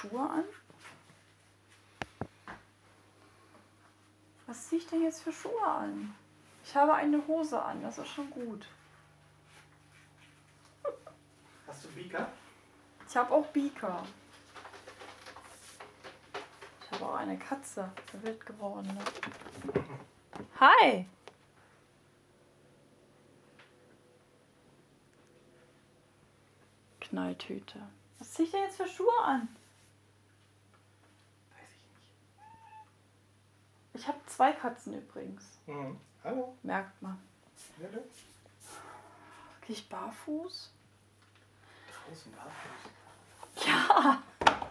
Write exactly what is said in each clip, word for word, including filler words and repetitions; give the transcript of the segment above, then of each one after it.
Schuhe an? Was ziehe ich denn jetzt für Schuhe an? Ich habe eine Hose an, das ist schon gut. Hast du Beaker? Ich habe auch Beaker. Ich habe auch eine Katze, eine wild gewordene. Hi! Knalltüte. Was ziehe ich denn jetzt für Schuhe an? Weiß ich nicht. Ich habe zwei Katzen übrigens. Mhm. Hallo? Merkt man. Ja, du? Gehe ich barfuß? Draußen barfuß. Ja!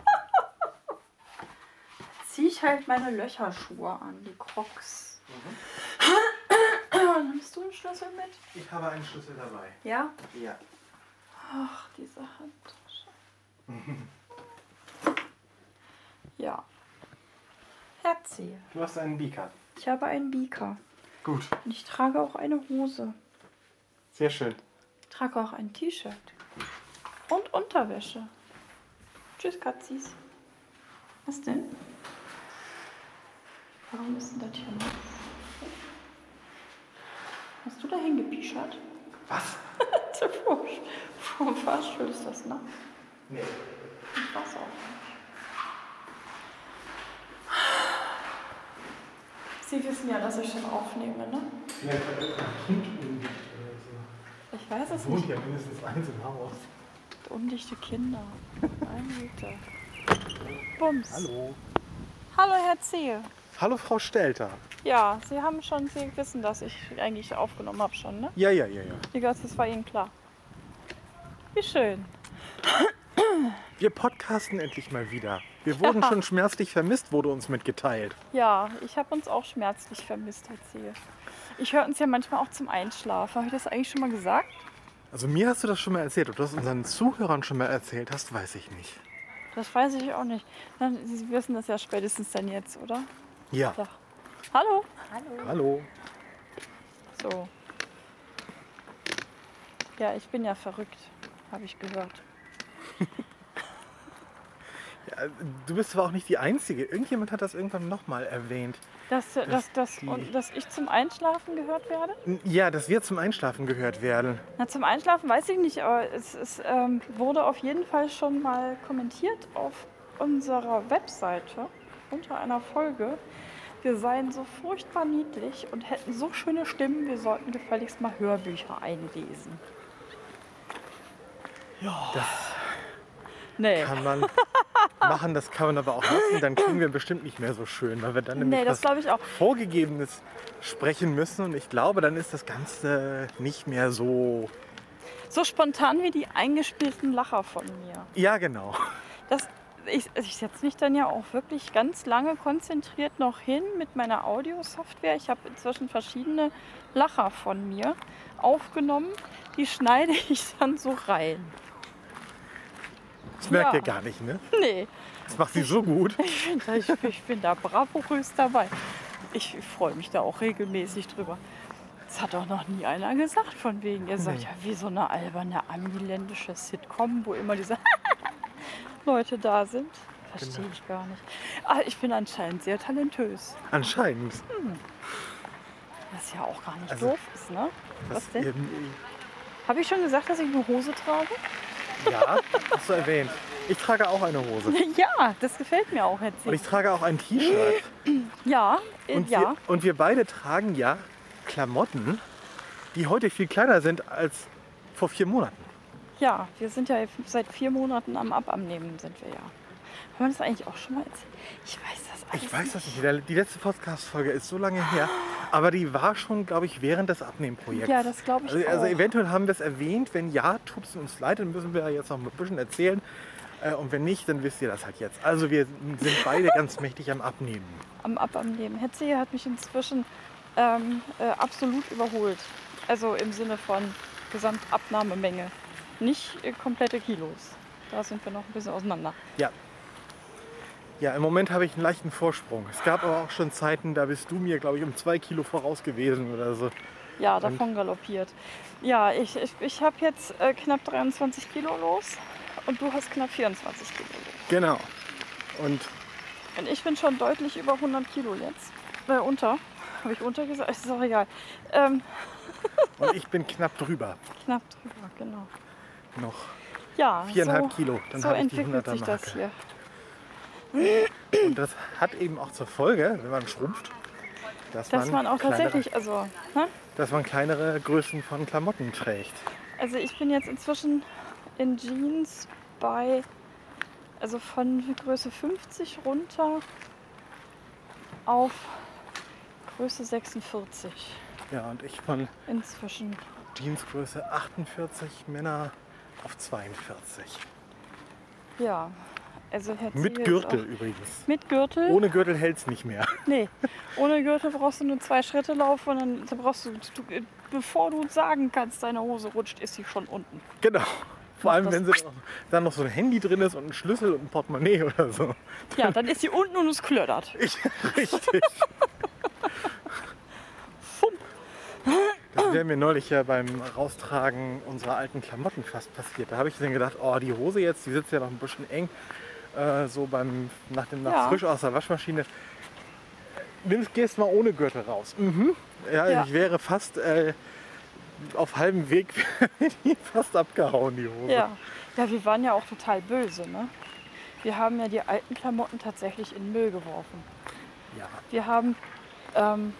Ziehe ich halt meine Löcherschuhe an, die Crocs. Mhm. Nimmst du einen Schlüssel mit? Ich habe einen Schlüssel dabei. Ja? Ja. Ach, diese Handtasche. Ja. Herzi. Du hast einen Beaker. Ich habe einen Beaker. Gut. Und ich trage auch eine Hose. Sehr schön. Ich trage auch ein T-Shirt. Und Unterwäsche. Tschüss, Katzis. Was denn? Warum ist denn das hier noch? Hast du da hingepischert? Was? Vor dem Fahrstuhl ist das, ne? Nee. Ich weiß auch nicht. Sie wissen ja, dass ich schon aufnehme, ne? Vielleicht hat irgendein Kind undicht oder so. Ich weiß es Wohnt nicht. ja mindestens eins im Haus. Undichte Kinder. Meine Güte. Bums. Hallo. Hallo, Herr Zehe. Hallo, Frau Stelter. Ja, Sie haben schon, Sie wissen, dass ich eigentlich aufgenommen habe schon, ne? Ja, ja, ja, ja. Wie Gott, das war Ihnen klar. Wie schön. Wir podcasten endlich mal wieder. Wir wurden schon schmerzlich vermisst, wurde uns mitgeteilt. Ja, ich habe uns auch schmerzlich vermisst, Herr Zehe. Ich höre uns ja manchmal auch zum Einschlafen. Habe ich das eigentlich schon mal gesagt? Also mir hast du das schon mal erzählt. Ob du das unseren Zuhörern schon mal erzählt hast, weiß ich nicht. Das weiß ich auch nicht. Na, Sie wissen das ja spätestens dann jetzt, oder? Ja. Sag. Hallo. Hallo. Hallo. So. Ja, ich bin ja verrückt, habe ich gehört. Ja, du bist aber auch nicht die Einzige. Irgendjemand hat das irgendwann nochmal erwähnt. Dass, dass, dass, die- und, dass ich zum Einschlafen gehört werde? Ja, dass wir zum Einschlafen gehört werden. Na, zum Einschlafen weiß ich nicht, aber es, es ähm, wurde auf jeden Fall schon mal kommentiert auf unserer Webseite unter einer Folge. Wir seien so furchtbar niedlich und hätten so schöne Stimmen, wir sollten gefälligst mal Hörbücher einlesen. Ja. Das Nee. kann man machen, das kann man aber auch lassen. Dann klingen wir bestimmt nicht mehr so schön, weil wir dann nämlich Nee, das was glaube ich auch. Vorgegebenes sprechen müssen. Und ich glaube, dann ist das Ganze nicht mehr so... So spontan wie die eingespielten Lacher von mir. Ja, genau. Das, ich ich setze mich dann ja auch wirklich ganz lange konzentriert noch hin mit meiner Audiosoftware. Ich habe inzwischen verschiedene Lacher von mir aufgenommen. Die schneide ich dann so rein. Das merkt Ja. ihr gar nicht, ne? Nee, Das macht sie so gut. ich bin da, ich, ich bin da bravourös dabei. Ich freue mich da auch regelmäßig drüber. Das hat doch noch nie einer gesagt von wegen. Ihr seid Nee. ja wie so eine alberne amiländische Sitcom, wo immer diese Leute da sind. Verstehe Genau. ich gar nicht. Aber ich bin anscheinend sehr talentös. Anscheinend. Was ja auch gar nicht Also, doof ist, ne? Was denn? irgendwie- Habe ich schon gesagt, dass ich eine Hose trage? Ja, hast du erwähnt. Ich trage auch eine Hose. Ja, das gefällt mir auch, Herr Und ich trage auch ein T-Shirt. Ja, äh, Und, ja. wir, und wir beide tragen ja Klamotten, die heute viel kleiner sind als vor vier Monaten. Ja, wir sind ja seit vier Monaten am Abnehmen, sind wir ja. Haben wir das eigentlich auch schon mal erzählt? Ich weiß das alles Ich weiß das nicht. Der- Die letzte Podcast-Folge ist so lange her. Aber die war schon, glaube ich, während des Abnehmprojekts. Ja, das glaube ich Also, also auch. eventuell haben wir es erwähnt. Wenn ja, tut es uns leid. Dann müssen wir jetzt noch ein bisschen erzählen. Äh, Und wenn nicht, dann wisst ihr das halt jetzt. Also wir sind beide ganz mächtig am Abnehmen. Am Abnehmen. Herr Zehe hat mich inzwischen ähm, äh, absolut überholt. Also im Sinne von Gesamtabnahmemenge. Nicht äh, komplette Kilos. Da sind wir noch ein bisschen auseinander. Ja. Ja, im Moment habe ich einen leichten Vorsprung. Es gab aber auch schon Zeiten, da bist du mir, glaube ich, um zwei Kilo voraus gewesen oder so. Ja, davon galoppiert. Ja, ich, ich, ich habe jetzt äh, knapp dreiundzwanzig Kilo los und du hast knapp vierundzwanzig Kilo los. Genau. Und Und ich bin schon deutlich über hundert Kilo jetzt. Äh, unter. Habe ich unter gesagt? Ist auch egal. Ähm, Und ich bin knapp drüber. knapp drüber, genau. Noch Ja, viereinhalb so, Kilo. Dann so habe ich die entwickelt hunderter sich das Marke. hier. Und das hat eben auch zur Folge, wenn man schrumpft, dass, Dass man auch kleinere, tatsächlich, also, ne? dass man kleinere Größen von Klamotten trägt. Also ich bin jetzt inzwischen in Jeans bei, also von Größe fünfzig runter auf Größe sechsundvierzig Ja, und ich von inzwischen. Jeansgröße achtundvierzig, Männer auf zweiundvierzig. Ja, also Herr Ziel Mit ist Gürtel auch- übrigens. Mit Gürtel? Ohne Gürtel hält es nicht mehr. Nee, ohne Gürtel brauchst du nur zwei Schritte laufen und dann da brauchst du, du, bevor du sagen kannst, deine Hose rutscht, ist sie schon unten. Genau. Vor allem, das- wenn sie noch, dann noch so ein Handy drin ist und ein Schlüssel und ein Portemonnaie oder so. Ja, dann ist sie unten und es klödert. Ich, richtig. Das wäre mir neulich ja beim Raustragen unserer alten Klamotten fast passiert. Da habe ich dann gedacht, oh, die Hose jetzt, die sitzt ja noch ein bisschen eng. Äh, so beim, nach dem nach Ja. frisch aus der Waschmaschine. Nimm, gehst mal ohne Gürtel raus. Mhm. Ja, Ja. ich wäre fast äh, auf halbem Weg die fast abgehauen, die Hose. Ja. Ja, wir waren ja auch total böse, ne? Wir haben ja die alten Klamotten tatsächlich in den Müll geworfen. Ja. Wir haben ähm,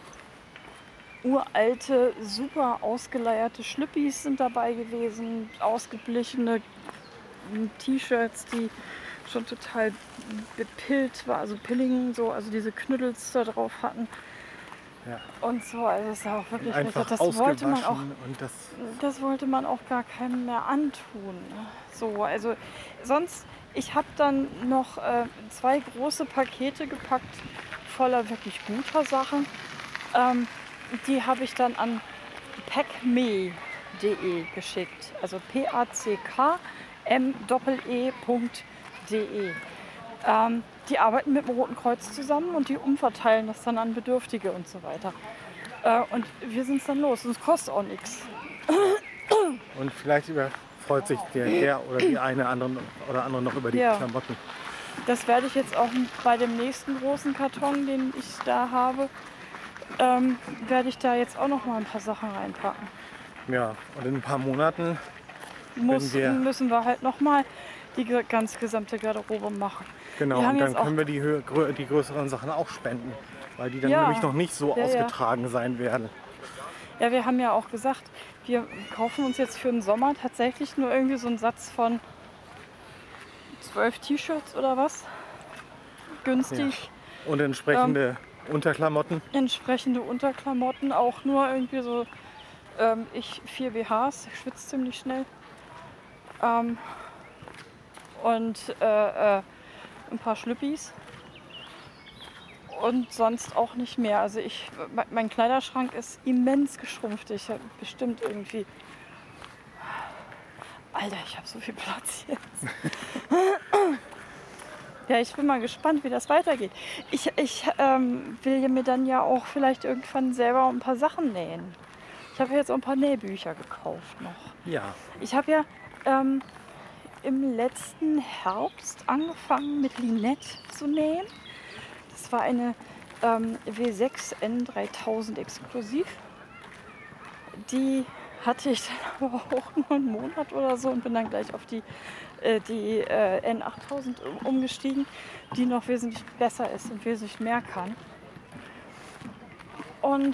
uralte, super ausgeleierte Schlüppis sind dabei gewesen, ausgeblichene m, T-Shirts, die schon total bepillt war, also Pillingen, so, also diese Knüttels da drauf hatten Ja. und so. Also es ist ja auch wirklich, Einfach das wollte man auch, ausgewaschen und das das wollte man auch gar keinem mehr antun. So, also sonst, ich habe dann noch äh, zwei große Pakete gepackt voller wirklich guter Sachen. Ähm, die habe ich dann an packme punkt de geschickt. Also p a c k m e punkt de. Ähm, die arbeiten mit dem Roten Kreuz zusammen und die umverteilen das dann an Bedürftige und so weiter. Äh, und wir sind dann los. Und es kostet auch nichts. Und vielleicht über, freut sich der, der oder die eine andere oder andere noch über die Ja. Klamotten. Das werde ich jetzt auch bei dem nächsten großen Karton, den ich da habe, ähm, werde ich da jetzt auch noch mal ein paar Sachen reinpacken. Ja, und in ein paar Monaten, Muss, wir- müssen wir halt noch mal die ge- ganz gesamte Garderobe machen. genau, Wir haben und dann jetzt auch- können wir die, Hö grö die größeren Sachen auch spenden, weil die dann Ja. nämlich noch nicht so Ja, ja. ausgetragen sein werden. Ja, wir haben ja auch gesagt, wir kaufen uns jetzt für den Sommer tatsächlich nur irgendwie so einen Satz von zwölf T-Shirts oder was. Günstig. Und entsprechende Unterklamotten. Entsprechende Unterklamotten, auch nur irgendwie so, ähm, ich vier B Hs, ich schwitze ziemlich schnell. Ähm, und äh, äh, ein paar Schlüppis. Und sonst auch nicht mehr. Also ich, me- mein Kleiderschrank ist immens geschrumpft. Ich habe bestimmt irgendwie... Alter, ich habe so viel Platz jetzt. Ja, ich bin mal gespannt, wie das weitergeht. Ich, ich ähm, will mir dann ja auch vielleicht irgendwann selber ein paar Sachen nähen. Ich habe jetzt auch ein paar Nähbücher gekauft noch. Ja, Ich habe ja ähm, im letzten Herbst angefangen mit Linette zu nähen. Das war eine ähm, W sechs N dreitausend exklusiv. Die hatte ich dann aber auch nur einen Monat oder so und bin dann gleich auf die, äh, die äh, N achttausend um- umgestiegen, die noch wesentlich besser ist und wesentlich mehr kann. Und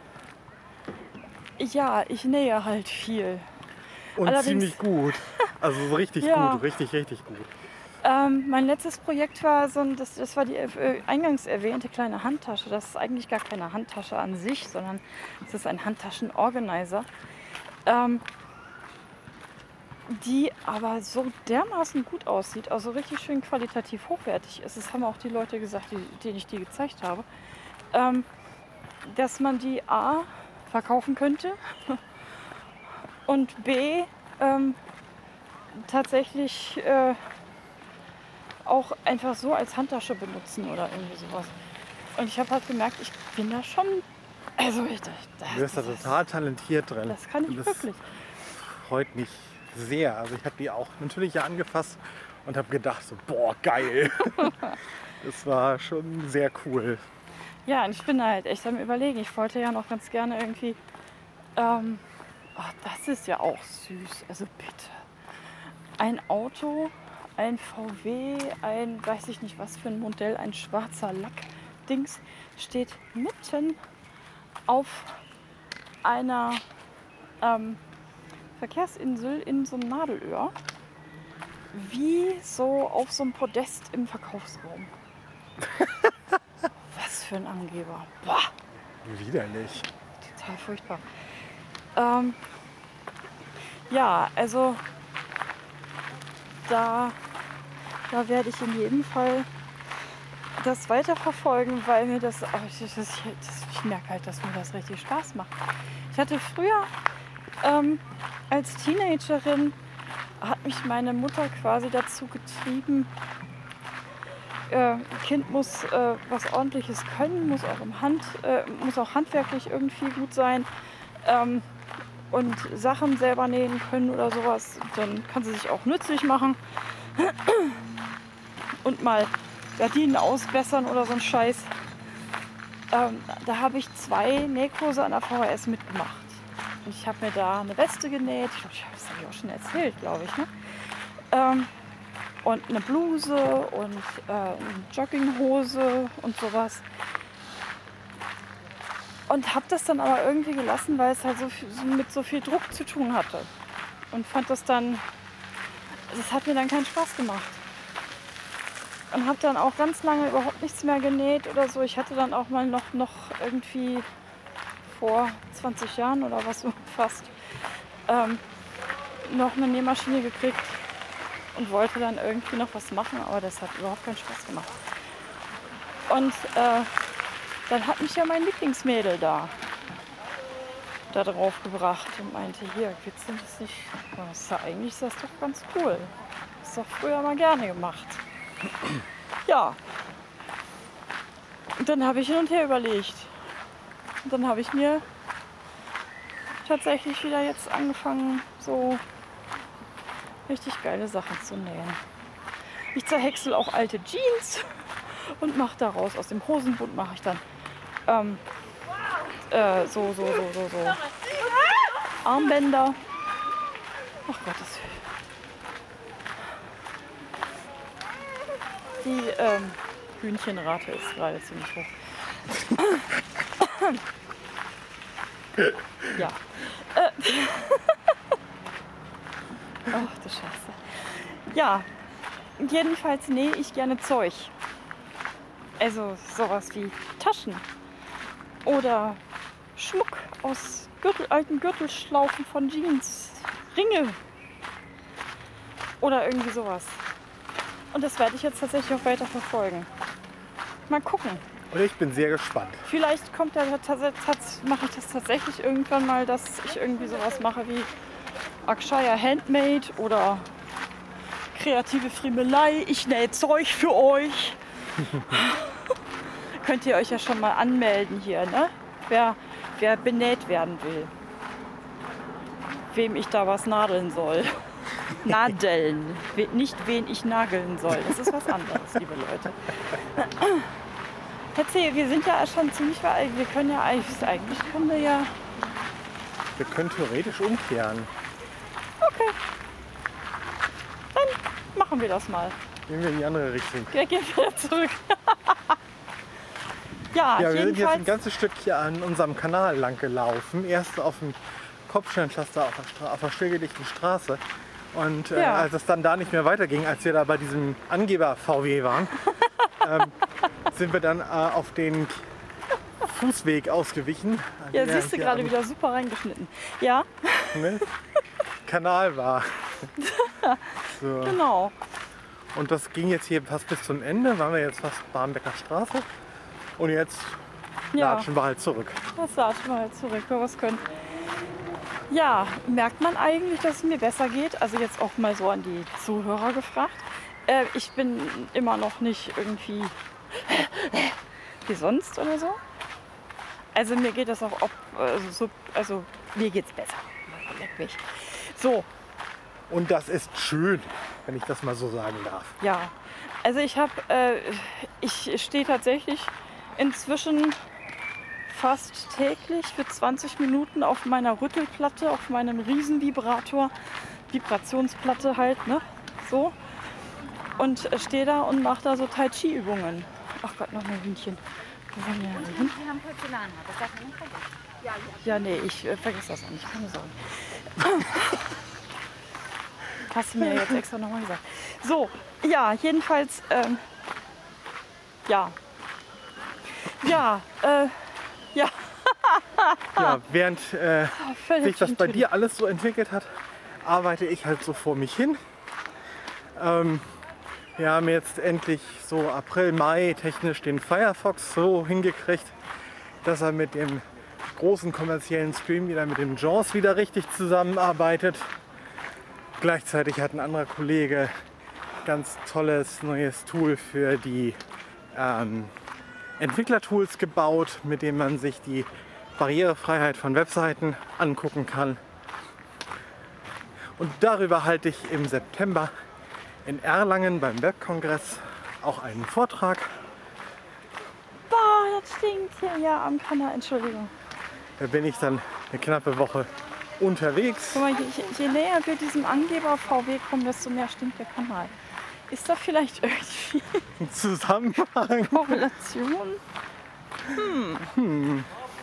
ja, ich nähe halt viel. und Allerdings- ziemlich gut. Also so richtig Ja. gut, richtig, richtig gut. Ähm, mein letztes Projekt war so ein, das, das war die äh, eingangs erwähnte kleine Handtasche. Das ist eigentlich gar keine Handtasche an sich, sondern es ist ein Handtaschenorganizer, ähm, die aber so dermaßen gut aussieht, also richtig schön qualitativ hochwertig ist. Das haben auch die Leute gesagt, die, denen ich die gezeigt habe, ähm, dass man die A verkaufen könnte und B ähm, tatsächlich äh, auch einfach so als Handtasche benutzen oder irgendwie sowas. Und ich habe halt gemerkt, ich bin da schon, also ich, das, Du bist da das, total talentiert drin. das kann ich Und das wirklich. freut mich sehr. Also ich habe die auch natürlich ja angefasst und habe gedacht, so, boah, geil. Das war schon sehr cool. Ja, und ich bin halt echt am Überlegen. Ich wollte ja noch ganz gerne irgendwie... Ähm, oh, das ist ja auch süß. Also bitte. Ein Auto, ein V W, ein, weiß ich nicht was für ein Modell, ein schwarzer Lack-Dings steht mitten auf einer ähm, Verkehrsinsel in so einem Nadelöhr. Wie so auf so einem Podest im Verkaufsraum. Was für ein Angeber. Boah, Widerlich. total furchtbar. Ähm, ja, also da, da werde ich in jedem Fall das weiterverfolgen, weil mir das, oh, ich, das, das, ich merke halt, dass mir das richtig Spaß macht. Ich hatte früher ähm, als Teenagerin, hat mich meine Mutter quasi dazu getrieben, äh, Kind muss äh, was Ordentliches können, muss auch, im Hand, äh, muss auch handwerklich irgendwie gut sein ähm, und Sachen selber nähen können oder sowas. Dann kann sie sich auch nützlich machen und mal Gardinen ausbessern oder so ein Scheiß. Ähm, da habe ich zwei Nähkurse an der V H S mitgemacht. Und ich habe mir da eine Weste genäht. Ich glaube, das habe ich auch schon erzählt, glaube ich. Ne? Ähm, und eine Bluse und äh, eine Jogginghose und sowas. Und habe das dann aber irgendwie gelassen, weil es halt so viel, so mit so viel Druck zu tun hatte. Und fand das dann, das hat mir dann keinen Spaß gemacht. Und habe dann auch ganz lange überhaupt nichts mehr genäht oder so. Ich hatte dann auch mal noch, noch irgendwie vor zwanzig Jahren oder was so fast ähm, noch eine Nähmaschine gekriegt und wollte dann irgendwie noch was machen, aber das hat überhaupt keinen Spaß gemacht. Und äh, dann hat mich ja mein Lieblingsmädel da, da drauf gebracht und meinte, hier, willst du das nicht? Das ist ja, eigentlich ist das doch ganz cool. Das ist doch früher mal gerne gemacht. Ja. Und dann habe ich hin und her überlegt. Und dann habe ich mir tatsächlich wieder jetzt angefangen, so richtig geile Sachen zu nähen. Ich zerhäcksel auch alte Jeans und mache daraus, aus dem Hosenbund mache ich dann ähm, äh, so, so, so, so, so Armbänder. Ach Gottes Willen. Die ähm, Hühnchenrate ist gerade ziemlich hoch. Ja. Äh. Ach du Scheiße. Ja, jedenfalls nähe ich gerne Zeug. Also sowas wie Taschen oder Schmuck aus Gürtel, alten Gürtelschlaufen von Jeans, Ringe oder irgendwie sowas. Und das werde ich jetzt tatsächlich auch weiter verfolgen. Mal gucken. Und ich bin sehr gespannt. Vielleicht kommt da mache ich das tatsächlich irgendwann mal, dass ich irgendwie sowas mache wie Akshaya Handmade oder kreative Friemelei. Ich nähe Zeug für euch. Könnt ihr euch ja schon mal anmelden hier, ne? Wer, wer benäht werden will. Wem ich da was nadeln soll. Nadeln. Nicht wen ich nageln soll. Das ist was anderes, liebe Leute. Erzähl, wir sind ja schon ziemlich weit. Wir können ja eigentlich, eigentlich können wir ja... Wir können theoretisch umkehren. Okay. Dann machen wir das mal. Gehen wir in die andere Richtung. Wir gehen wieder zurück. ja, ja, wir jedenfalls... sind jetzt ein ganzes Stück hier an unserem Kanal lang gelaufen. Erst auf dem Kopfsteinpflaster auf der, Stra- auf der stillgelegten Straße. Und äh, Ja. als es dann da nicht mehr weiterging, als wir da bei diesem Angeber-V W waren, ähm, sind wir dann äh, auf den Fußweg ausgewichen. Ja, der siehst du hier gerade am, wieder super reingeschnitten. Ja, ne, Kanal war. So. genau. Und das ging jetzt hier fast bis zum Ende, waren wir jetzt fast Barmbecker Straße. Und jetzt Ja, latschen wir halt zurück. das latschen wir halt zurück, wenn wir was können. Ja, merkt man eigentlich, dass es mir besser geht? Also jetzt auch mal so an die Zuhörer gefragt. Äh, ich bin immer noch nicht irgendwie wie sonst oder so. Also mir geht das auch, ob, also, so, also mir geht's besser. Leck mich. So, Und das ist schön, wenn ich das mal so sagen darf. Ja, also ich habe, äh, ich stehe tatsächlich inzwischen fast täglich für zwanzig Minuten auf meiner Rüttelplatte, auf meinem Riesenvibrator, Vibrationsplatte halt, ne, so. Und stehe da und mache da so Tai Chi Übungen. Ach Gott, noch ein Hühnchen. Wo wollen wir denn hin? Wir haben Porzellan, das darf man nicht vergessen. Ja, Ja, nee, ich äh, vergesse das auch nicht, keine Sorge. Hast du mir jetzt extra nochmal gesagt. So, ja, jedenfalls, ähm, ja. Ja, äh, ja. Ja, während äh, Völlig sich das bei natürlich. dir alles so entwickelt hat, arbeite ich halt so vor mich hin. Ähm, wir haben jetzt endlich so April, Mai technisch den Firefox so hingekriegt, dass er mit dem großen kommerziellen Stream wieder mit dem Jaws wieder richtig zusammenarbeitet. Gleichzeitig hat ein anderer Kollege ganz tolles neues Tool für die ähm, Entwicklertools gebaut, mit dem man sich die Barrierefreiheit von Webseiten angucken kann. Und darüber halte ich im September in Erlangen beim Webkongress auch einen Vortrag. Boah, das stinkt hier. Ja, am Kanal, Entschuldigung. Da bin ich dann eine knappe Woche unterwegs. Guck mal, je, je näher wir diesem Angeber V W kommen, desto mehr stinkt der Kanal. Ist da vielleicht irgendwie Im Zusammenhang. Korrelation? Hm. Hm.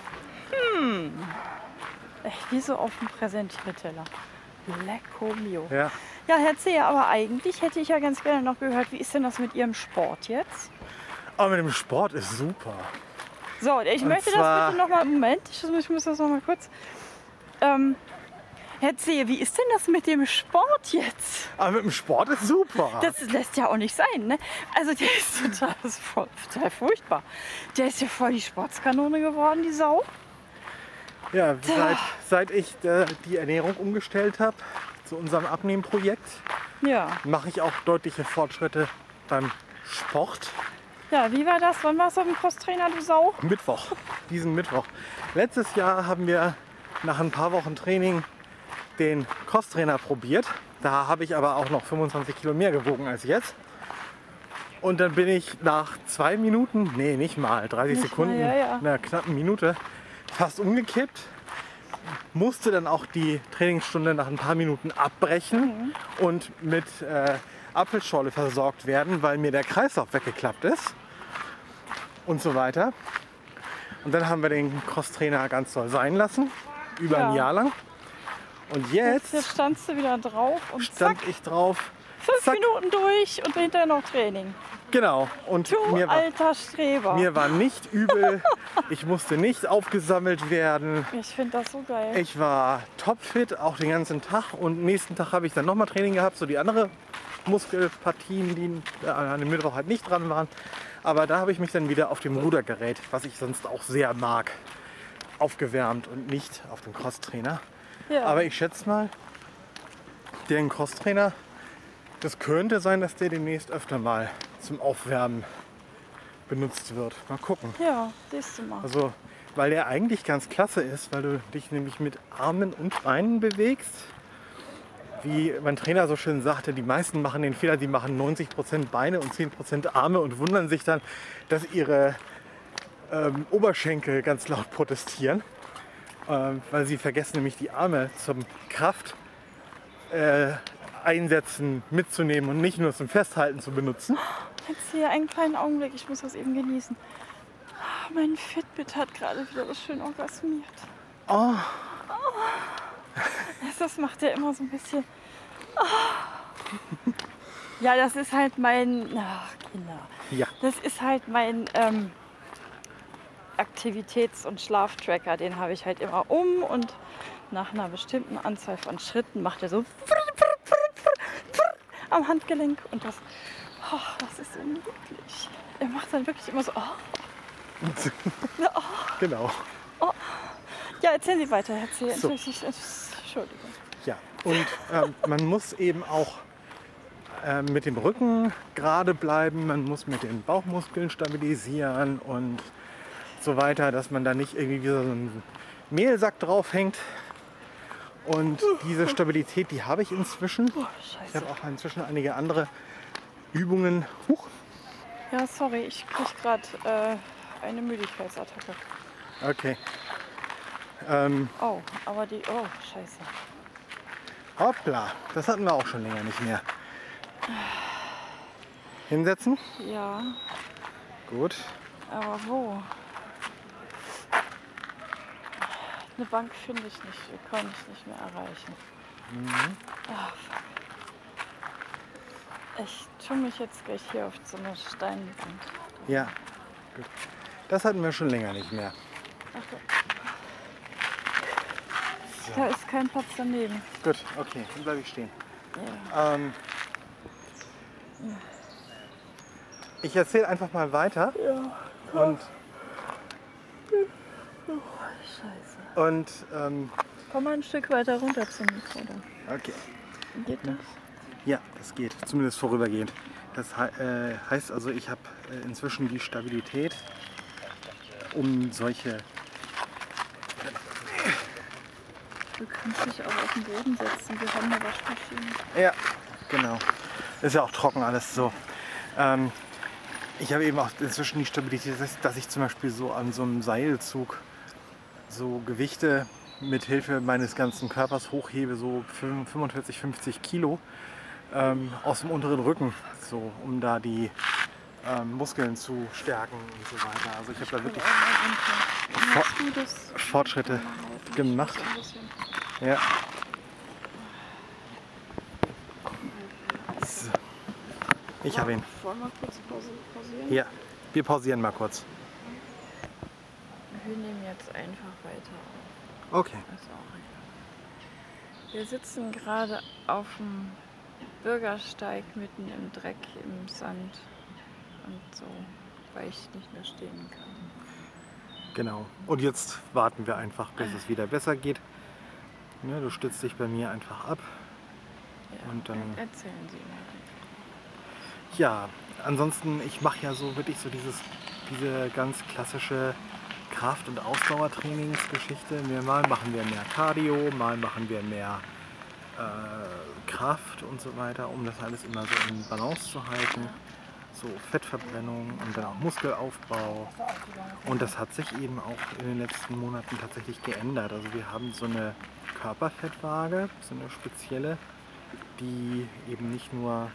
Hm. Echt wie so auf dem Präsentierteller. Lecco mio. Ja. Ja, Herr Zehe, aber eigentlich hätte ich ja ganz gerne noch gehört, wie ist denn das mit Ihrem Sport jetzt? Aber mit dem Sport ist super. So, ich Und möchte zwar- das bitte nochmal, Moment, ich muss, ich muss das nochmal kurz. Ähm, Herr Zehe, wie ist denn das mit dem Sport jetzt? Aber mit dem Sport ist super. Das lässt ja auch nicht sein, ne? Also der ist total, das ist voll, total furchtbar. Der ist ja voll die Sportskanone geworden, die Sau. Ja, seit, seit ich äh, die Ernährung umgestellt habe zu unserem Abnehmprojekt, Ja. mache ich auch deutliche Fortschritte beim Sport. Ja, wie war das? Wann warst du auf dem Crosstrainer, du Sau? Mittwoch, diesen Mittwoch. Letztes Jahr haben wir nach ein paar Wochen Training den Crosstrainer probiert. Da habe ich aber auch noch fünfundzwanzig Kilo mehr gewogen als jetzt. Und dann bin ich nach zwei Minuten, nee, nicht mal, dreißig Nicht Sekunden, mal, ja, ja. einer knappen Minute, fast umgekippt. Musste dann auch die Trainingsstunde nach ein paar Minuten abbrechen Mhm. und mit äh, Apfelschorle versorgt werden, weil mir der Kreislauf weggeklappt ist und so weiter. Und dann haben wir den Crosstrainer ganz doll sein lassen, über ein Ja. Jahr lang. Und Jetzt, jetzt jetzt standst du wieder drauf und stand zack, ich drauf. fünf zack, Minuten durch und hinterher noch Training. Genau. Und Du mir war, alter Streber. mir war nicht übel. Ich musste nicht aufgesammelt werden. Ich finde das so geil. Ich war topfit, auch den ganzen Tag. Und nächsten Tag habe ich dann nochmal Training gehabt, so die andere Muskelpartien, die an dem Mittwoch halt nicht dran waren. Aber da habe ich mich dann wieder auf dem Rudergerät, was ich sonst auch sehr mag, aufgewärmt und nicht auf dem Crosstrainer. Ja. Aber ich schätze mal, den Crosstrainer, das könnte sein, dass der demnächst öfter mal zum Aufwärmen benutzt wird. Mal gucken. ja, siehst du mal. Also, weil der eigentlich ganz klasse ist, weil du dich nämlich mit Armen und Beinen bewegst. Wie mein Trainer so schön sagte, die meisten machen den Fehler, die machen neunzig Prozent Beine und zehn Prozent Arme und wundern sich dann, dass ihre ähm, Oberschenkel ganz laut protestieren. Ähm, weil sie vergessen nämlich die Arme zum Kraft äh, einsetzen mitzunehmen und nicht nur zum Festhalten zu benutzen. Jetzt hier einen kleinen Augenblick, ich muss das eben genießen. Ah, mein Fitbit hat gerade wieder so schön orgasmiert. Oh, Das macht ja immer so ein bisschen. Ah. Ja, das ist halt mein. Ach, Kinder. ja. Das ist halt mein ähm, Aktivitäts- und Schlaftracker. Den habe ich halt immer um und nach einer bestimmten Anzahl von Schritten macht er so am Handgelenk und das, oh, das ist so niedlich. Er macht dann wirklich immer so. Oh. Genau. Ja, erzählen Sie weiter, Herr Zehe. So. Entschuldigung. Ja, und ähm, man muss eben auch ähm, mit dem Rücken gerade bleiben, man muss mit den Bauchmuskeln stabilisieren und so weiter, dass man da nicht irgendwie wie so ein Mehlsack draufhängt. Und diese Stabilität, die habe ich inzwischen. Oh, Ich scheiße. habe auch inzwischen einige andere Übungen. Huch. Ja, sorry, ich krieg gerade äh, eine Müdigkeitsattacke. Okay. Ähm, Oh, aber die. Oh, scheiße. hoppla, das hatten wir auch schon länger nicht mehr. Hinsetzen. Ja, Gut. aber wo? Eine Bank finde ich nicht, die kann ich nicht mehr erreichen. Mhm. Ah, fuck. Ich tue mich jetzt gleich hier auf so eine Steinbank. Ja. Gut. Das hatten wir schon länger nicht mehr. Ach, da ist kein Platz daneben. Gut, okay, dann bleibe ich stehen. Ja. Ähm, ich erzähle einfach mal weiter. Ja. Und, Oh, scheiße. und ähm, Komm mal ein Stück weiter runter zum Mikro. Da. okay. Geht das? Ja, das geht, zumindest vorübergehend. Das hei- äh, heißt also, ich habe äh, inzwischen die Stabilität, um solche... Du kannst dich auch auf den Boden setzen. Wir haben eine Waschmaschine. Ja, genau. Ist ja auch trocken alles so. Ähm, ich habe eben auch inzwischen die Stabilität, dass- dass ich zum Beispiel so an so einem Seilzug so Gewichte mit Hilfe meines ganzen Körpers hochhebe, so fünfundvierzig, fünfzig Kilo ähm, aus dem unteren Rücken, so um da die ähm, Muskeln zu stärken und so weiter. Also ich habe da wirklich Machst du das? Fortschritte gemacht. Ein bisschen. Ja. So. Ich habe ihn. Wollen wir kurz Pause pausieren? Ja, wir pausieren mal kurz. Wir nehmen jetzt einfach weiter. Okay. Ist auch egal. Wir sitzen gerade auf dem Bürgersteig mitten im Dreck, im Sand und so, weil ich nicht mehr stehen kann. Genau. Und jetzt warten wir einfach, bis es wieder besser geht. Ja, du stützt dich bei mir einfach ab. Ja, Und dann- erzählen Sie mal. Ja, ansonsten, ich mache ja so wirklich so dieses, diese ganz klassische Kraft- und Ausdauertrainingsgeschichte. Wir mal machen wir mehr Cardio, mal machen wir mehr äh, Kraft und so weiter, um das alles immer so in Balance zu halten. So Fettverbrennung und dann auch Muskelaufbau. Und das hat sich eben auch in den letzten Monaten tatsächlich geändert. Also wir haben so eine Körperfettwaage, so eine spezielle, die eben nicht nur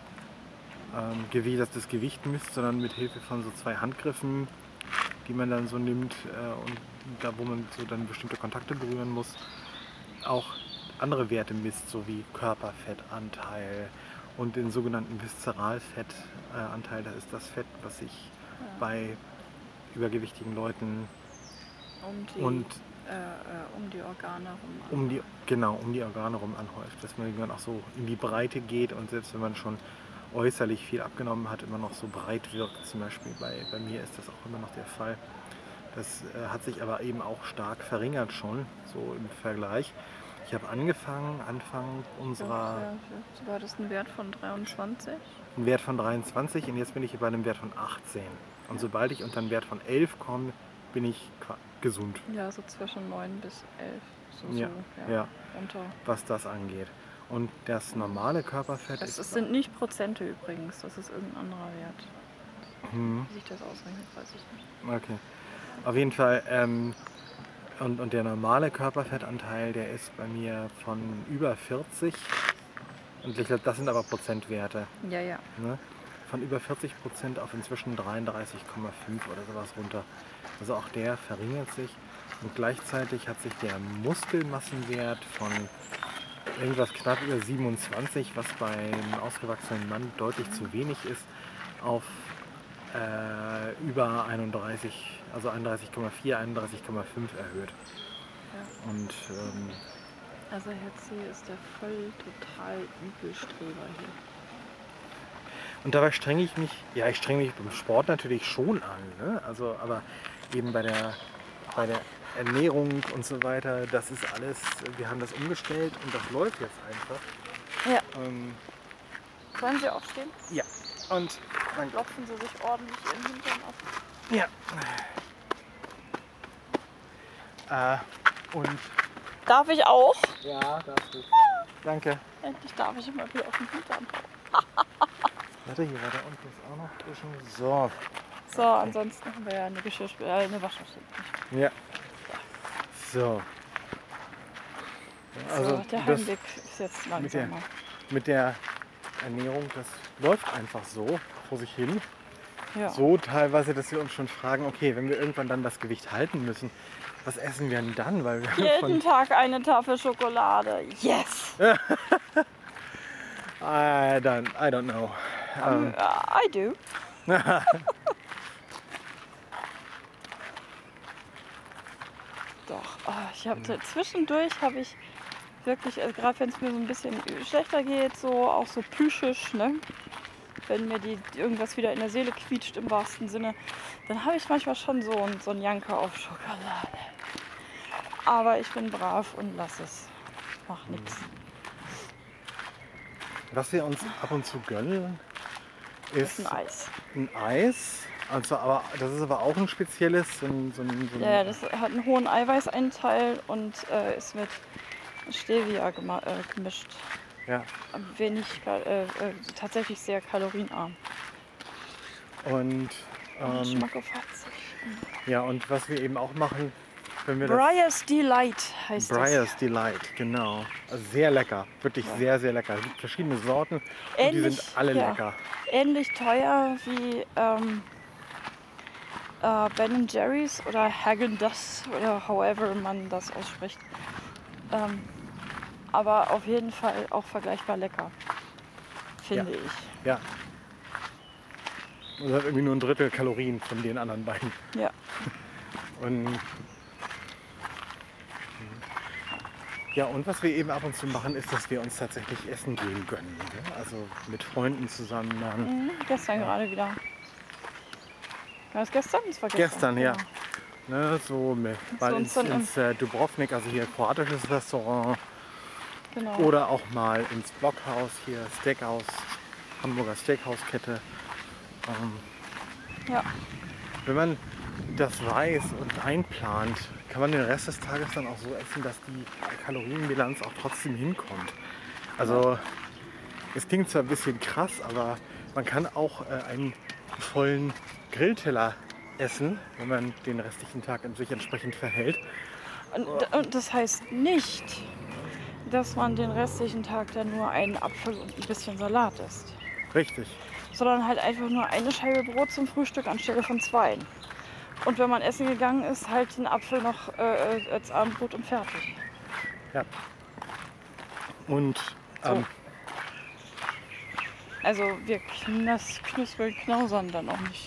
ähm, Gewicht, das, das Gewicht misst, sondern mit Hilfe von so zwei Handgriffen, die man dann so nimmt äh, und da, wo man so dann bestimmte Kontakte berühren muss, auch andere Werte misst, so wie Körperfettanteil und den sogenannten Viszeralfettanteil. Das ist das Fett, was sich Ja. bei übergewichtigen Leuten Um die, und äh, äh, um die Organe rum. um die, genau, um die Organe rum anhäuft, dass man dann auch so in die Breite geht und selbst wenn man schon äußerlich viel abgenommen hat, immer noch so breit wirkt. Zum Beispiel bei, bei mir ist das auch immer noch der Fall. Das äh, hat sich aber eben auch stark verringert schon, so im Vergleich. Ich habe angefangen, Anfang unserer, Ja, war das ein Wert von dreiundzwanzig? einen Wert von dreiundzwanzig und jetzt bin ich bei einem Wert von achtzehn. Und sobald ich unter einen Wert von elf komme, bin ich qua- gesund, Ja, so zwischen neun bis elf. So, Ja, so, ja. Unter. was das angeht. Und das normale Körperfett Es, ist... es sind nicht Prozente übrigens, das ist irgendein anderer Wert. Hm. Wie sich das ausrechnet, weiß ich nicht. Okay. Auf jeden Fall, ähm, und, und der normale Körperfettanteil, der ist bei mir von über vierzig. Und ich glaube, das sind aber Prozentwerte. Ja, ja. Ne? Von über vierzig Prozent auf inzwischen dreiunddreißig Komma fünf oder sowas runter. Also auch der verringert sich. Und gleichzeitig hat sich der Muskelmassenwert von irgendwas knapp über siebenundzwanzig, was beim ausgewachsenen Mann deutlich zu wenig ist, auf äh, über einunddreißig, also einunddreißig Komma vier, einunddreißig Komma fünf erhöht. Ja. Und ähm, Also Herr C. ist der voll total Übelstreber hier. Und dabei strenge ich mich, ja, ich strenge mich beim Sport natürlich schon an, ne? Also, aber eben bei der, bei der Ernährung und so weiter, das ist alles, wir haben das umgestellt und das läuft jetzt einfach. Ja. Ähm, Wollen Sie aufstehen? ja, und dann, Klopfen Sie sich ordentlich Ihren Hintern ab. ja. Äh, und Darf ich auch? Ja, darfst du. Danke. Endlich darf ich immer wieder auf den Hintern hauen. Warte, hier war da unten ist auch noch ein bisschen. So. So, ansonsten haben wir ja eine Geschirrspüle, äh, eine Waschmaschine. Ja. So. Also so, der das Heimweg ist jetzt mit der, langsamer. mit der Ernährung, das läuft einfach so vor sich hin. Ja. So teilweise, dass wir uns schon fragen, okay, wenn wir irgendwann dann das Gewicht halten müssen, was essen wir denn dann? Weil wir Jeden von, Tag eine Tafel Schokolade. Yes! I don't, I don't know. Um, Ähm, I do. Doch, oh, ich habe zwischendurch habe ich wirklich, also gerade wenn es mir so ein bisschen schlechter geht, so auch so plüschisch, ne? Wenn mir die irgendwas wieder in der Seele quietscht im wahrsten Sinne, dann habe ich manchmal schon so ein, so ein Janker auf Schokolade. Aber ich bin brav und lass es. Mach nix. Was wir uns ab und zu gönnen, Das ist ist ein Eis. ein Eis. Also, aber das ist aber auch ein spezielles, so ein, so ein, so ein Ja, ja, das hat einen hohen Eiweißeinteil und äh, ist mit Stevia gema- äh, gemischt. ja. Wenig, äh, äh, tatsächlich sehr kalorienarm. Und, Ähm, ähm, Schmack auf Harz. ja, und was wir eben auch machen, wenn wir das... Briar's Delight heißt Briar's Delight, genau. Also sehr lecker, wirklich Ja. sehr, sehr lecker. Es gibt verschiedene Sorten und die Ähnlich, sind alle ja. lecker. das. Ähnlich teuer wie ähm, äh, Ben Jerry's oder Häagen-Dazs oder however man das ausspricht. Ähm, aber auf jeden Fall auch vergleichbar lecker, finde Ja. ich. Ja. Und das hat irgendwie nur ein Drittel Kalorien von den anderen beiden. Ja. Und ja, und was wir eben ab und zu machen, ist, dass wir uns tatsächlich Essen gehen gönnen. Ne? Also mit Freunden zusammen. Dann. Mhm, gestern gerade wieder. War das gestern? Das war Gestern, ja. genau. Ne, so mit, mal wir ins, uns dann ins äh, Dubrovnik, also hier kroatisches Restaurant. Genau. Oder auch mal ins Blockhaus, hier Steakhouse, Hamburger Steakhauskette. Ähm, Ja. wenn man das weiß und einplant, kann man den Rest des Tages dann auch so essen, dass die Kalorienbilanz auch trotzdem hinkommt. Also es klingt zwar ein bisschen krass, aber man kann auch äh, einen vollen Grillteller essen, wenn man den restlichen Tag sich entsprechend verhält. Und, und das heißt nicht, dass man den restlichen Tag dann nur einen Apfel und ein bisschen Salat isst. Richtig. Sondern halt einfach nur eine Scheibe Brot zum Frühstück anstelle von zwei. Und wenn man essen gegangen ist, halt den Apfel noch äh, als Abendbrot und fertig. Ja. Und So. ähm, Also wir knas knuspeln, knausern dann auch nicht.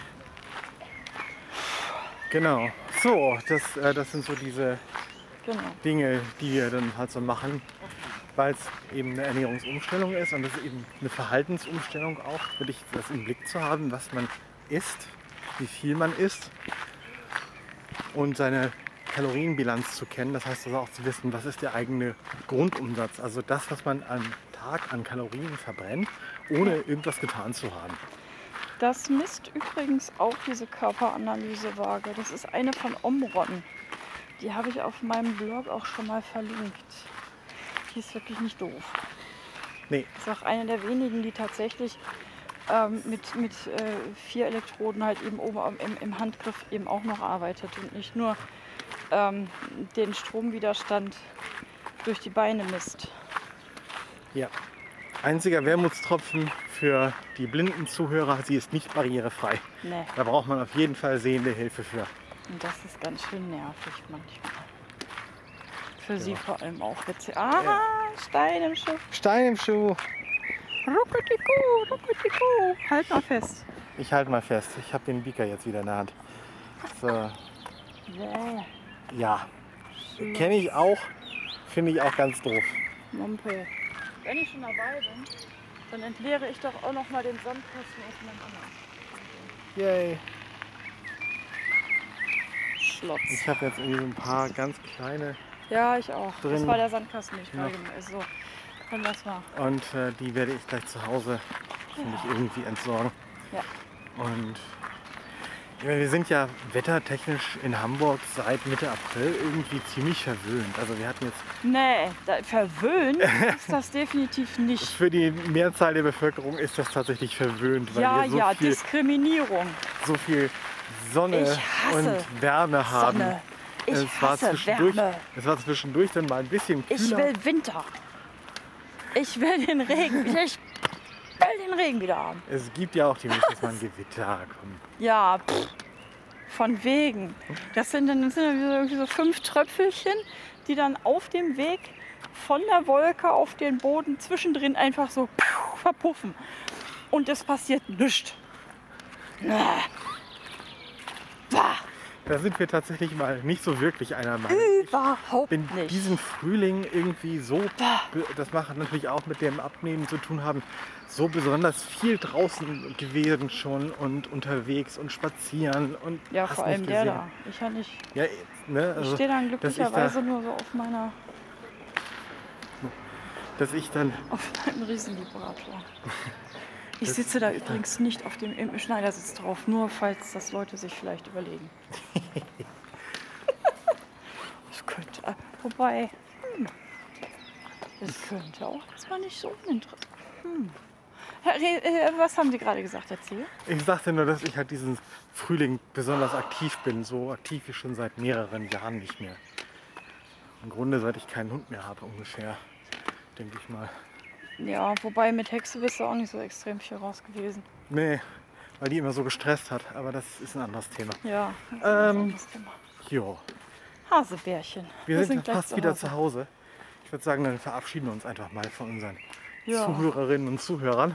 genau. So, das, äh, das sind so diese Genau. Dinge, die wir dann halt so machen, weil es eben eine Ernährungsumstellung ist und das ist eben eine Verhaltensumstellung auch, wirklich das im Blick zu haben, was man isst, wie viel man isst und seine Kalorienbilanz zu kennen. Das heißt also auch zu wissen, was ist der eigene Grundumsatz, also das, was man am Tag an Kalorien verbrennt, ohne irgendwas getan zu haben. Das misst übrigens auch diese Körperanalysewaage. Das ist eine von Omron. Die habe ich auf meinem Blog auch schon mal verlinkt. Die ist wirklich nicht doof. Nee, Das ist auch eine der wenigen, die tatsächlich ähm, mit, mit äh, vier Elektroden halt eben oben am- im, im Handgriff eben auch noch arbeitet und nicht nur ähm, den Stromwiderstand durch die Beine misst. ja. Einziger Wermutstropfen für die blinden Zuhörer, sie ist nicht barrierefrei. Nee, Da braucht man auf jeden Fall sehende Hilfe für. und das ist ganz schön nervig manchmal. Für sie vor allem auch witzig. Ah, Stein im Schiff. Stein im Schuh. Rucketiku, rucketiku. Halt mal fest. Ich halte mal fest, ich habe den Beaker jetzt wieder in der Hand. So, Yeah. ja, kenne ich auch, finde ich auch ganz doof. Mompel. Wenn ich schon dabei bin, dann entleere ich doch auch noch mal den Sandkasten aus meinem anderen Yay. Schlotz. Ich habe jetzt irgendwie so ein paar ganz kleine Ja, ich auch. Das Drin. war der Sandkasten, den ich Ja. gerade gemacht habe. So, dann lass mal. und äh, die werde ich gleich zu Hause, finde ich, irgendwie entsorgen. Ja. Und Ja, wir sind ja wettertechnisch in Hamburg seit Mitte April irgendwie ziemlich verwöhnt. Also wir hatten jetzt Nee, da, verwöhnt ist das definitiv nicht. für die Mehrzahl der Bevölkerung ist das tatsächlich verwöhnt, weil Ja, wir so, ja, viel, Diskriminierung. so viel Sonne Ich hasse und Wärme haben. Sonne. Ich es, war hasse zwischendurch, Wärme. es war zwischendurch dann mal ein bisschen kühler. Ich will Winter. Ich will den Regen. Ich will den Regen wieder haben. Es gibt ja auch die Möglichkeit, dass man Gewitter kommt. Ja, pff, von wegen. Das sind dann das sind dann irgendwie so fünf Tröpfelchen, die dann auf dem Weg von der Wolke auf den Boden zwischendrin einfach so pfiuh, verpuffen. Und es passiert nichts. Ah. Bah. Da sind wir tatsächlich mal nicht so wirklich einer Meinung. Überhaupt Wenn nicht. diesen Frühling irgendwie so, das macht natürlich auch mit dem Abnehmen zu tun haben, so besonders viel draußen gewesen schon und unterwegs und spazieren und Ja, hast vor nicht allem der gesehen. da. Ich ja nicht. Ja, ne, Ich also, stehe dann dass ich glücklicherweise da, nur so auf meiner dass ich dann, auf meinem Riesenvibrator. Ich sitze da übrigens nicht auf dem im Schneidersitz drauf, nur falls das Leute sich vielleicht überlegen. Das könnte, äh, wobei, hm, das könnte auch, das war nicht so uninteressant. Hm. Herr Re äh, was haben Sie gerade gesagt? Erzähl. ich sagte nur, dass ich halt diesen Frühling besonders aktiv bin, so aktiv wie schon seit mehreren Jahren nicht mehr. Im Grunde, seit ich keinen Hund mehr habe, ungefähr, denke ich mal. Ja, wobei mit Hexe bist du auch nicht so extrem viel raus gewesen. Nee, weil die immer so gestresst hat, aber das ist ein anderes Thema. Ja, das ist Ähm, ein anderes Thema. Jo, Hasebärchen. wir, sind, gleich fast wieder zu Hause. Ich würde sagen, dann verabschieden wir uns einfach mal von unseren Ja. Zuhörerinnen und Zuhörern.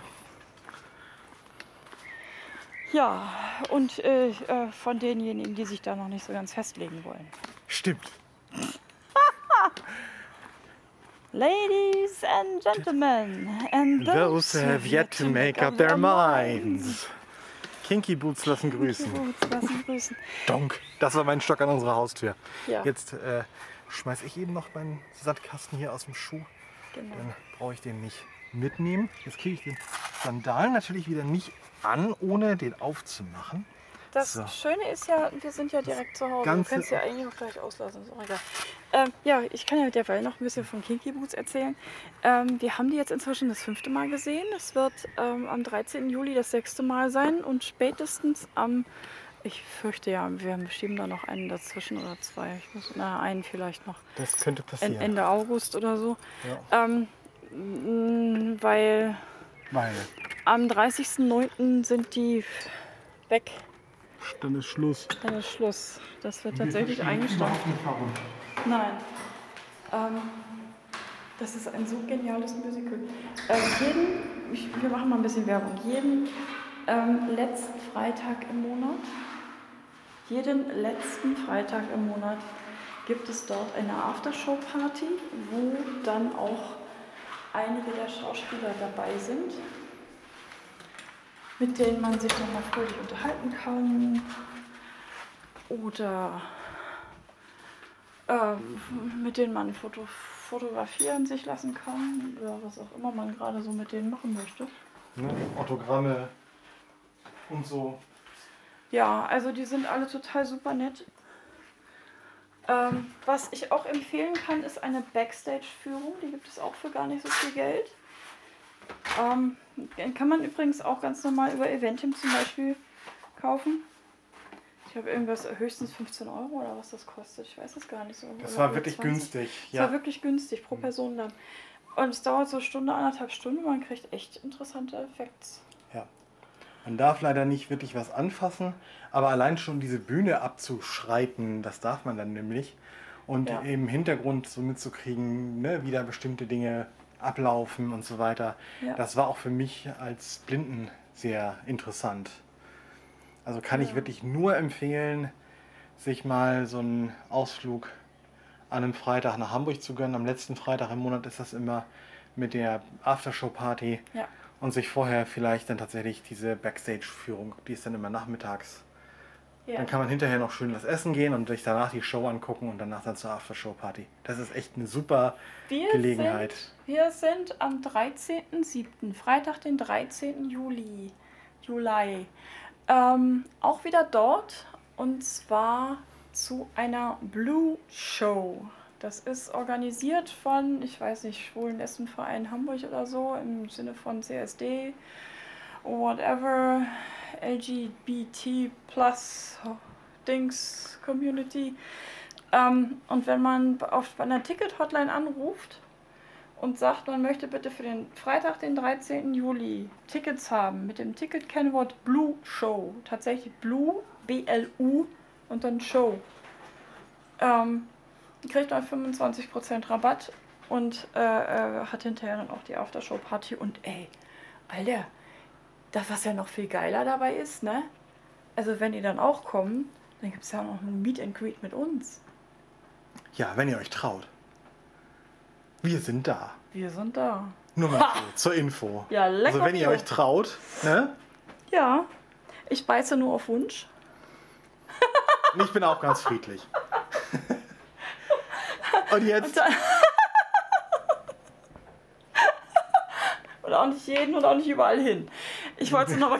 Ja, und äh, äh, von denjenigen, die sich da noch nicht so ganz festlegen wollen. Stimmt. Ladies and gentlemen, and Those who have yet to make up their minds. Kinky Boots lassen grüßen. Gut, lassen grüßen. Donk. Das war mein Stock an unserer Haustür. Ja. Jetzt äh, schmeiß ich eben noch meinen Sandkasten hier aus dem Schuh. Genau. Dann brauche ich den nicht mitnehmen. Jetzt kriege ich den Sandalen natürlich wieder nicht an, ohne den aufzumachen. Das So. Schöne ist ja, wir sind ja direkt zu Hause. Ganze- Du kannst ja eigentlich auch gleich auslassen, ist auch egal. Ähm, ja, ich kann ja derweil noch ein bisschen von Kinky Boots erzählen. Ähm, wir haben die jetzt inzwischen das fünfte Mal gesehen. Es wird ähm, am dreizehnten Juli das sechste Mal sein und spätestens am, ich fürchte ja, wir schieben da noch einen dazwischen oder zwei. Ich muss, na, einen vielleicht noch. Das könnte passieren. Ende August oder so. Ja. Ähm, m, weil Weil am dreißigsten neunten sind die weg. dann ist Schluss. Dann ist Schluss. Das wird tatsächlich eingestampft. Nein. Ähm, das ist ein so geniales Musical. Ähm, jeden, ich, wir machen mal ein bisschen Werbung. Jeden ähm, letzten Freitag im Monat, jeden letzten Freitag im Monat gibt es dort eine Aftershow-Party, wo dann auch einige der Schauspieler dabei sind, mit denen man sich nochmal fröhlich unterhalten kann oder ähm, mit denen man Foto, fotografieren sich lassen kann oder was auch immer man gerade so mit denen machen möchte. Ne? Autogramme und so. Ja, also die sind alle total super nett. Ähm, was ich auch empfehlen kann, ist eine Backstage-Führung. Die gibt es auch für gar nicht so viel Geld. Ähm, kann man übrigens auch ganz normal über Eventim zum Beispiel kaufen. Ich habe irgendwas höchstens fünfzehn Euro oder was das kostet. Ich weiß es gar nicht so. Das Oder war wirklich zwanzig. günstig. Es Ja. war wirklich günstig pro Person dann. Und es dauert so eine Stunde, anderthalb Stunden. Man kriegt echt interessante Effekte. Ja. Man darf leider nicht wirklich was anfassen, aber allein schon diese Bühne abzuschreiten, das darf man dann nämlich. Und Ja. im Hintergrund so mitzukriegen, ne, wie da bestimmte Dinge ablaufen und so weiter. Ja. Das war auch für mich als Blinden sehr interessant. Also kann ich Ja. wirklich nur empfehlen, sich mal so einen Ausflug an einem Freitag nach Hamburg zu gönnen. Am letzten Freitag im Monat ist das immer mit der Aftershow-Party. Ja. Und sich vorher vielleicht dann tatsächlich diese Backstage-Führung, die ist dann immer nachmittags. Ja. Dann kann man hinterher noch schön was essen gehen und sich danach die Show angucken und danach dann zur Aftershow-Party. Das ist echt eine super Wir Gelegenheit. Sind, wir sind am dreizehnten siebten, Freitag, den dreizehnten Juli, Juli, Ähm, auch wieder dort und zwar zu einer Blue Show. Das ist organisiert von, ich weiß nicht, Schwulen-Lesben-Verein Hamburg oder so, im Sinne von C S D, whatever, L G B T plus Dings Community. Ähm, und wenn man auf einer Ticket-Hotline anruft und sagt, man möchte bitte für den Freitag, den dreizehnten Juli Tickets haben, mit dem Ticket-Kennwort Blue Show, tatsächlich Blue, B L U und dann Show, ähm, kriegt man fünfundzwanzig Prozent Rabatt und äh, äh, hat hinterher dann auch die Aftershow-Party. Und ey, Alter, das, was ja noch viel geiler dabei ist, ne? Also wenn die dann auch kommen, dann gibt es ja noch ein Meet and Greet mit uns. Ja, wenn ihr euch traut. Wir sind da. Wir sind da. Nur mal so, zur Info. Ja, lecker. Also wenn ihr Bio. euch traut, ne? Ja, ich beiße nur auf Wunsch. Und ich bin auch ganz friedlich. Und jetzt... Und, und auch nicht jeden und auch nicht überall hin. Ich wollte es noch mal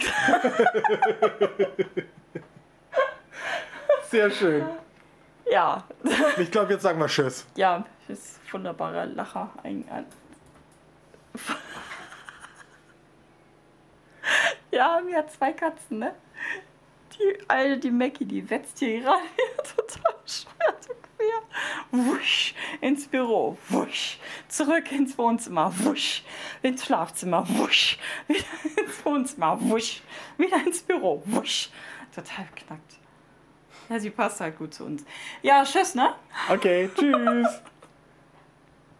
Sehr schön. Ja. Ich glaube, jetzt sagen wir Tschüss. Ja, das ist ein wunderbarer Lacher. Ein, ein ja, mir hat zwei Katzen, ne? Die eine, die Mackie, die wetzt hier gerade total schwer zu quer. Wusch, ins Büro, wusch, zurück ins Wohnzimmer, wusch, ins Schlafzimmer, wusch, wieder ins Wohnzimmer, wusch, wieder ins Büro, wusch. Total beknackt. Ja, sie passt halt gut zu uns. Ja, tschüss, ne? Okay, tschüss.